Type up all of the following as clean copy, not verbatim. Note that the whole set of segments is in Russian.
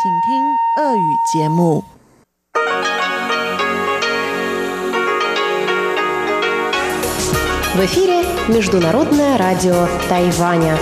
请听俄语节目。 В эфире Международное радио Тайваня.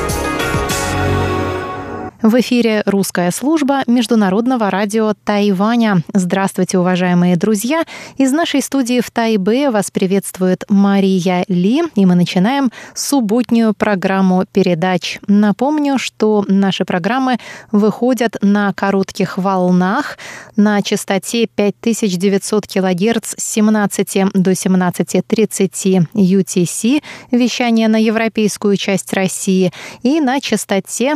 В эфире русская служба Международного радио Тайваня. Здравствуйте, уважаемые друзья! Из нашей студии в Тайбе вас приветствует Мария Ли, и мы начинаем субботнюю программу передач. Напомню, что наши программы выходят на коротких волнах на частоте 5900 кГц с 17 до 17:30 UTC, вещание на европейскую часть России, и на частоте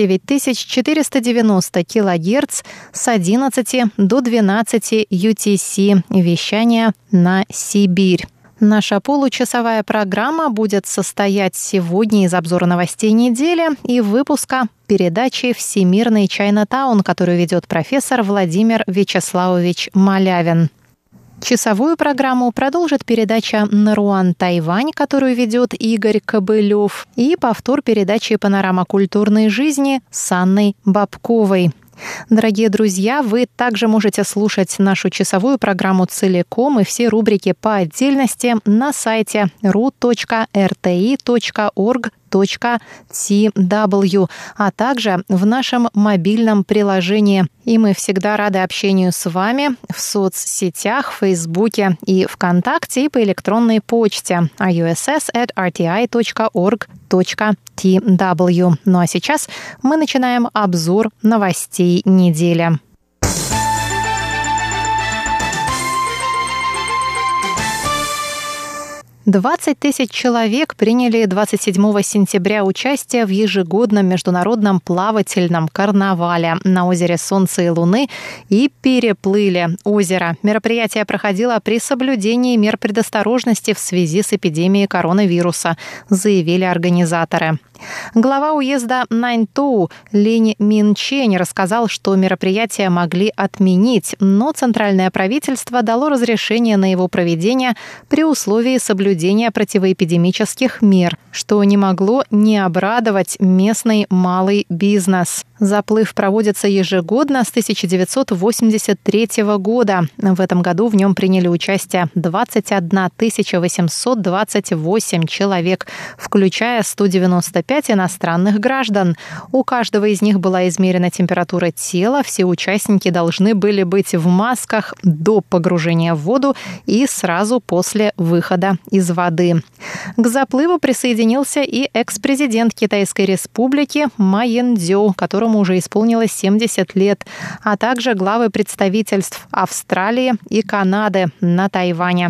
9490 кГц с 11 до 12 UTC, вещание на Сибирь. Наша получасовая программа будет состоять сегодня из обзора новостей недели и выпуска передачи «Всемирный Чайнатаун», которую ведет профессор Владимир Вячеславович Малявин. Часовую программу продолжит передача «Наруан Тайвань», которую ведет Игорь Кобылев, и повтор передачи «Панорама культурной жизни» с Анной Бабковой. Дорогие друзья, вы также можете слушать нашу часовую программу целиком и все рубрики по отдельности на сайте ru.rti.org.tw, а также в нашем мобильном приложении. И мы всегда рады общению с вами в соцсетях, в Фейсбуке и ВКонтакте, и по электронной почте iuss@rti.org.tw. Ну а сейчас мы начинаем обзор новостей недели. 20 тысяч человек приняли 27 сентября участие в ежегодном международном плавательном карнавале на озере Солнца и Луны и переплыли озеро. Мероприятие проходило при соблюдении мер предосторожности в связи с эпидемией коронавируса, заявили организаторы. Глава уезда Наньтоу Линь Минчень рассказал, что мероприятие могли отменить, но центральное правительство дало разрешение на его проведение при условии соблюдения противоэпидемических мер, что не могло не обрадовать местный малый бизнес. Заплыв проводится ежегодно с 1983 года. В этом году в нем приняли участие 21 828 человек, включая 195 иностранных граждан. У каждого из них была измерена температура тела. Все участники должны были быть в масках до погружения в воду и сразу после выхода из воды. К заплыву присоединился и экс-президент Китайской республики Ма Ян-дзю, которому уже исполнилось 70 лет, а также главы представительств Австралии и Канады на Тайване.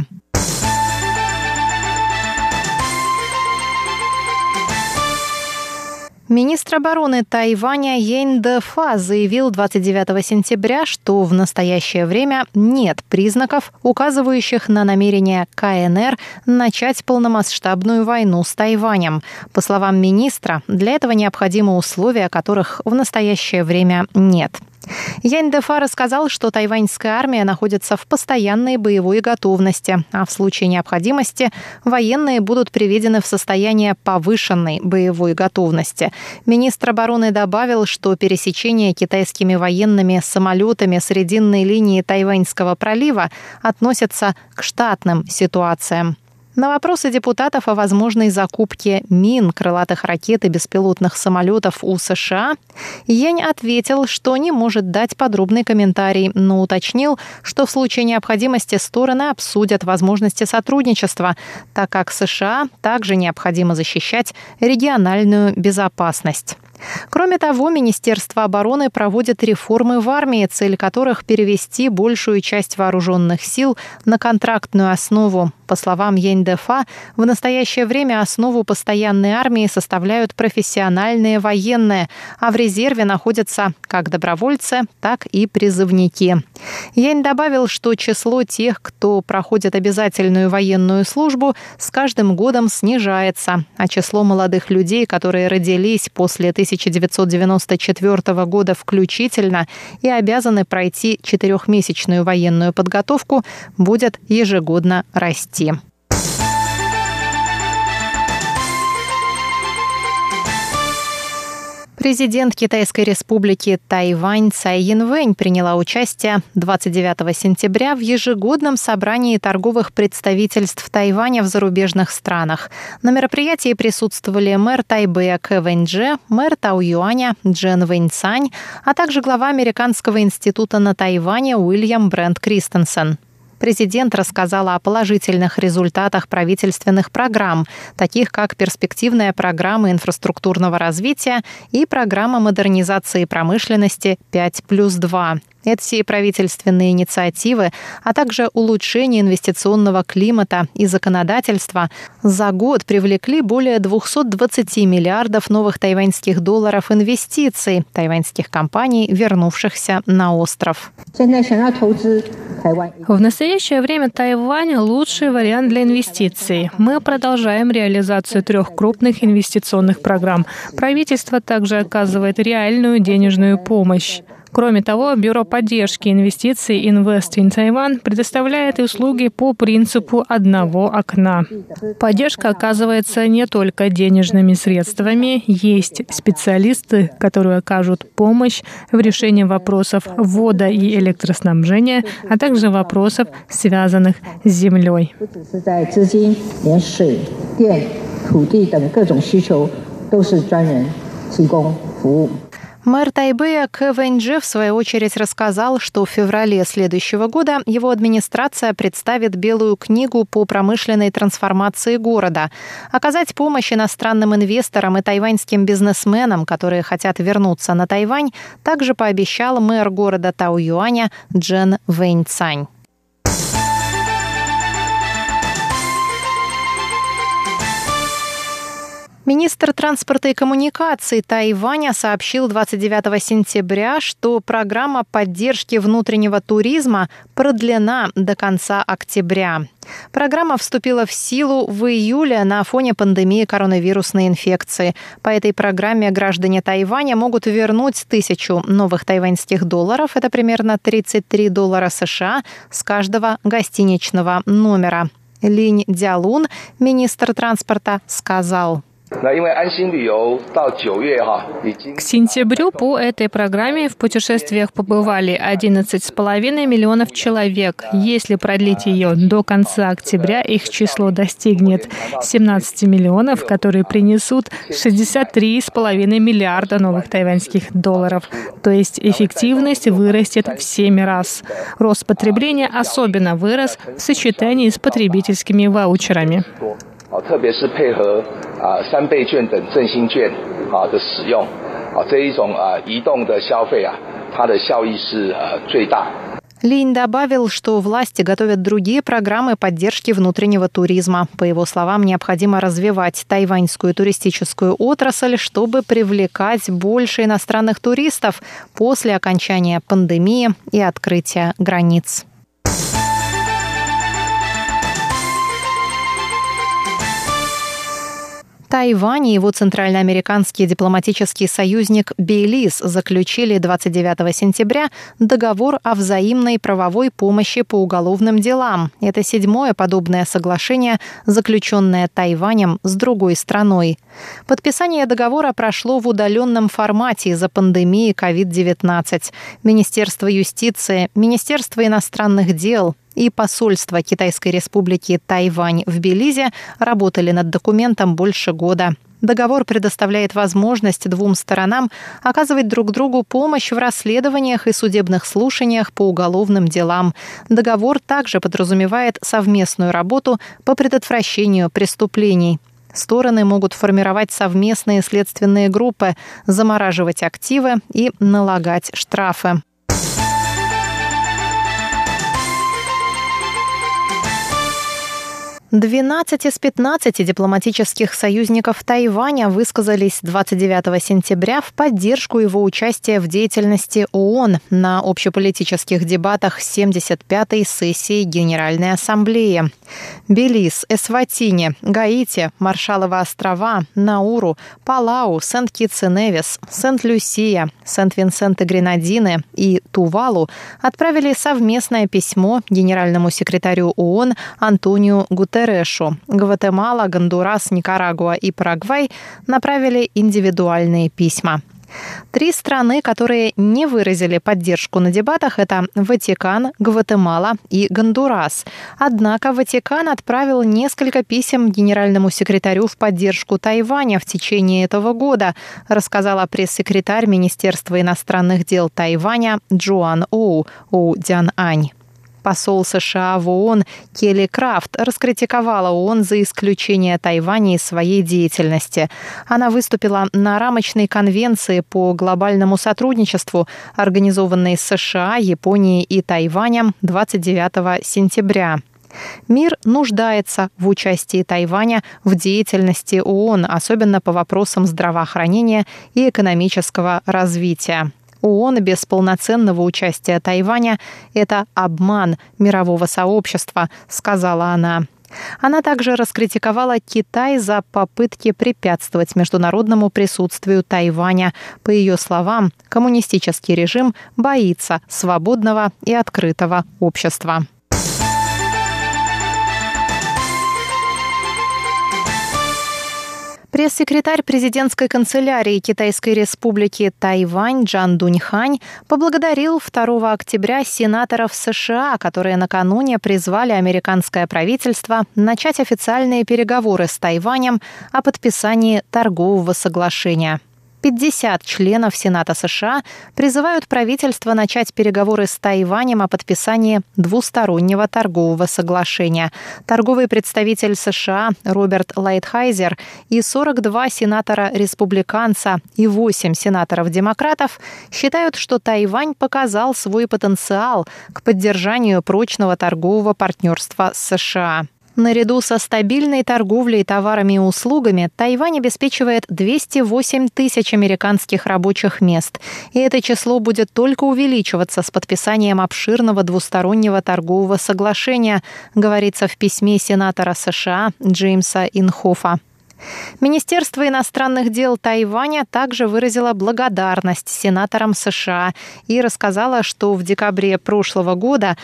Министр обороны Тайваня Йен Дэфа заявил 29 сентября, что в настоящее время нет признаков, указывающих на намерение КНР начать полномасштабную войну с Тайванем. По словам министра, для этого необходимы условия, которых в настоящее время нет. Йен Дэфа рассказал, что тайваньская армия находится в постоянной боевой готовности, а в случае необходимости военные будут приведены в состояние повышенной боевой готовности. Министр обороны добавил, что пересечение китайскими военными самолетами срединной линии Тайваньского пролива относятся к штатным ситуациям. На вопросы депутатов о возможной закупке мин, крылатых ракет и беспилотных самолетов у США Йен ответил, что не может дать подробный комментарий, но уточнил, что в случае необходимости стороны обсудят возможности сотрудничества, так как США также необходимо защищать региональную безопасность. Кроме того, Министерство обороны проводит реформы в армии, цель которых перевести большую часть вооруженных сил на контрактную основу. По словам Йен Дэфа, в настоящее время основу постоянной армии составляют профессиональные военные, а в резерве находятся как добровольцы, так и призывники. Йен добавил, что число тех, кто проходит обязательную военную службу, с каждым годом снижается, а число молодых людей, которые родились после 1994 года включительно и обязаны пройти 4-месячную военную подготовку, будет ежегодно расти. Президент Китайской республики Тайвань Цай Янвэнь приняла участие 29 сентября в ежегодном собрании торговых представительств Тайваня в зарубежных странах. На мероприятии присутствовали мэр Тайбэя Кэ Вэньчжэ, мэр Таоюаня Джен Вэньцань, а также глава Американского института на Тайване Уильям Брент Кристенсен. Президент рассказала о положительных результатах правительственных программ, таких как перспективная программа инфраструктурного развития и программа модернизации промышленности 5+2. Эти правительственные инициативы, а также улучшение инвестиционного климата и законодательства за год привлекли более 220 миллиардов новых тайваньских долларов инвестиций тайваньских компаний, вернувшихся на остров. В настоящее время Тайвань – лучший вариант для инвестиций. Мы продолжаем реализацию 3 крупных инвестиционных программ. Правительство также оказывает реальную денежную помощь. Кроме того, Бюро поддержки инвестиций Invest in Taiwan предоставляет услуги по принципу одного окна. Поддержка оказывается не только денежными средствами. Есть специалисты, которые окажут помощь в решении вопросов водо- и электроснабжения, а также вопросов, связанных с землей. Мэр Тайбэя Кэ Вэньчжэ в свою очередь рассказал, что в феврале следующего года его администрация представит Белую книгу по промышленной трансформации города. Оказать помощь иностранным инвесторам и тайваньским бизнесменам, которые хотят вернуться на Тайвань, также пообещал мэр города Таоюаня Джен Вэньцань. Министр транспорта и коммуникаций Тайваня сообщил 29 сентября, что программа поддержки внутреннего туризма продлена до конца октября. Программа вступила в силу в июле на фоне пандемии коронавирусной инфекции. По этой программе граждане Тайваня могут вернуть 1000 новых тайваньских долларов, это примерно $33 США, с каждого гостиничного номера. Линь Дялун, министр транспорта, сказал: К сентябрю по этой программе в путешествиях побывали 11,5 миллионов человек. Если продлить ее до конца октября, их число достигнет 17 миллионов, которые принесут 63,5 миллиарда новых тайваньских долларов. То есть эффективность вырастет в 7 раз. Рост потребления особенно вырос в сочетании с потребительскими ваучерами. 特别是配合3倍券等振兴券的使用这一种移动的消费它的效益是最大。 Линь добавил, что власти готовят другие программы поддержки внутреннего туризма. По его словам, необходимо развивать тайваньскую туристическую отрасль, чтобы привлекать больше иностранных туристов после окончания пандемии и открытия границ. Тайвань и его центральноамериканский дипломатический союзник Белиз заключили 29 сентября договор о взаимной правовой помощи по уголовным делам. Это 7-е подобное соглашение, заключенное Тайванем с другой страной. Подписание договора прошло в удаленном формате из-за пандемии COVID-19. Министерство юстиции, Министерство иностранных дел и посольство Китайской республики Тайвань в Белизе работали над документом больше года. Договор предоставляет возможность двум сторонам оказывать друг другу помощь в расследованиях и судебных слушаниях по уголовным делам. Договор также подразумевает совместную работу по предотвращению преступлений. Стороны могут формировать совместные следственные группы, замораживать активы и налагать штрафы. 12 из 15 дипломатических союзников Тайваня высказались 29 сентября в поддержку его участия в деятельности ООН на общеполитических дебатах 75-й сессии Генеральной Ассамблеи. Белиз, Эсватини, Гаити, Маршалловы острова, Науру, Палау, Сент-Китс и Невис, Сент-Люсия, Сент-Винсент и Гренадины и Тувалу отправили совместное письмо генеральному секретарю ООН Антониу Гутеррешу. Гватемала, Гондурас, Никарагуа и Парагвай направили индивидуальные письма. 3 страны, которые не выразили поддержку на дебатах, это Ватикан, Гватемала и Гондурас. Однако Ватикан отправил несколько писем генеральному секретарю в поддержку Тайваня в течение этого года, рассказала пресс-секретарь Министерства иностранных дел Тайваня Джоан Оу Дянань. Посол США в ООН Келли Крафт раскритиковала ООН за исключение Тайваня из своей деятельности. Она выступила на рамочной конвенции по глобальному сотрудничеству, организованной США, Японией и Тайванем 29 сентября. Мир нуждается в участии Тайваня в деятельности ООН, особенно по вопросам здравоохранения и экономического развития. ООН без полноценного участия Тайваня – это обман мирового сообщества, сказала она. Она также раскритиковала Китай за попытки препятствовать международному присутствию Тайваня. По ее словам, коммунистический режим боится свободного и открытого общества. Пресс-секретарь президентской канцелярии Китайской республики Тайвань Джан Дуньхань поблагодарил 2 октября сенаторов США, которые накануне призвали американское правительство начать официальные переговоры с Тайванем о подписании торгового соглашения. 50 членов Сената США призывают правительство начать переговоры с Тайванем о подписании двустороннего торгового соглашения. Торговый представитель США Роберт Лайтхайзер и 42 сенатора-республиканца и 8 сенаторов-демократов считают, что Тайвань показал свой потенциал к поддержанию прочного торгового партнерства с США. Наряду со стабильной торговлей товарами и услугами Тайвань обеспечивает 208 тысяч американских рабочих мест. И это число будет только увеличиваться с подписанием обширного двустороннего торгового соглашения, говорится в письме сенатора США Джеймса Инхофа. Министерство иностранных дел Тайваня также выразило благодарность сенаторам США и рассказало, что в декабре прошлого года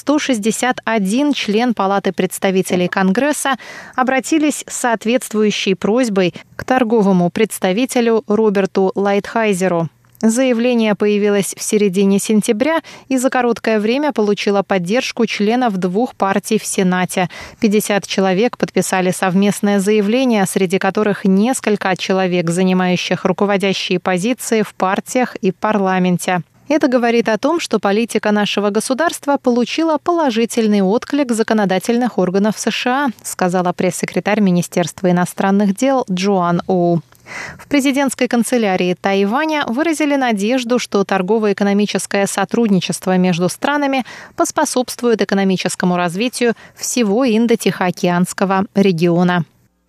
161 член Палаты представителей Конгресса обратились с соответствующей просьбой к торговому представителю Роберту Лайтхайзеру. Заявление появилось в середине сентября и за короткое время получило поддержку членов 2 партий в Сенате. 50 человек подписали совместное заявление, среди которых несколько человек, занимающих руководящие позиции в партиях и парламенте. Это говорит о том, что политика нашего государства получила положительный отклик законодательных органов США, сказала пресс-секретарь Министерства иностранных дел Джоан Оу. В президентской канцелярии Тайваня выразили надежду, что торгово-экономическое сотрудничество между странами поспособствует экономическому развитию всего Индо-Тихоокеанского региона.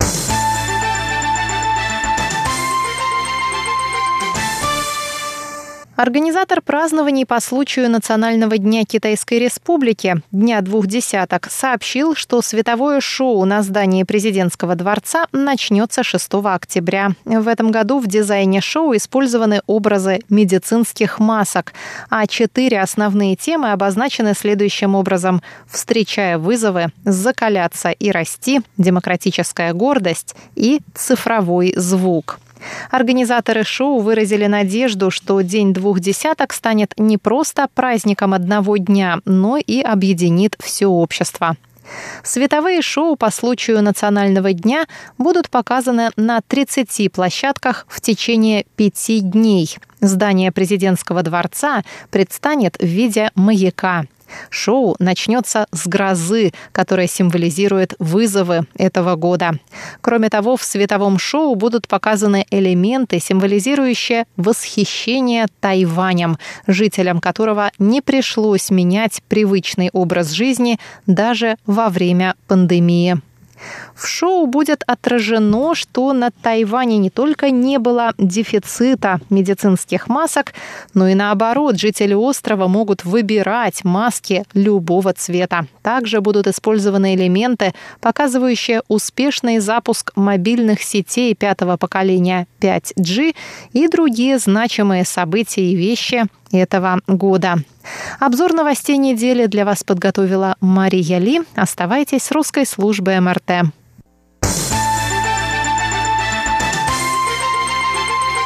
Организатор празднований по случаю Национального дня Китайской Республики, Дня двух десяток, сообщил, что световое шоу на здании президентского дворца начнется 6 октября. В этом году в дизайне шоу использованы образы медицинских масок, а 4 основные темы обозначены следующим образом: «Встречая вызовы», «Закаляться и расти», «Демократическая гордость» и «Цифровой звук». Организаторы шоу выразили надежду, что День двух десяток станет не просто праздником одного дня, но и объединит все общество. Световые шоу по случаю Национального дня будут показаны на 30 площадках в течение 5 дней. Здание президентского дворца предстанет в виде маяка. Шоу начнется с грозы, которая символизирует вызовы этого года. Кроме того, в световом шоу будут показаны элементы, символизирующие восхищение Тайванем, жителям которого не пришлось менять привычный образ жизни даже во время пандемии. В шоу будет отражено, что на Тайване не только не было дефицита медицинских масок, но и наоборот, жители острова могут выбирать маски любого цвета. Также будут использованы элементы, показывающие успешный запуск мобильных сетей 5-го поколения 5G и другие значимые события и вещи этого года. Обзор новостей недели для вас подготовила Мария Ли. Оставайтесь с русской службой МРТ.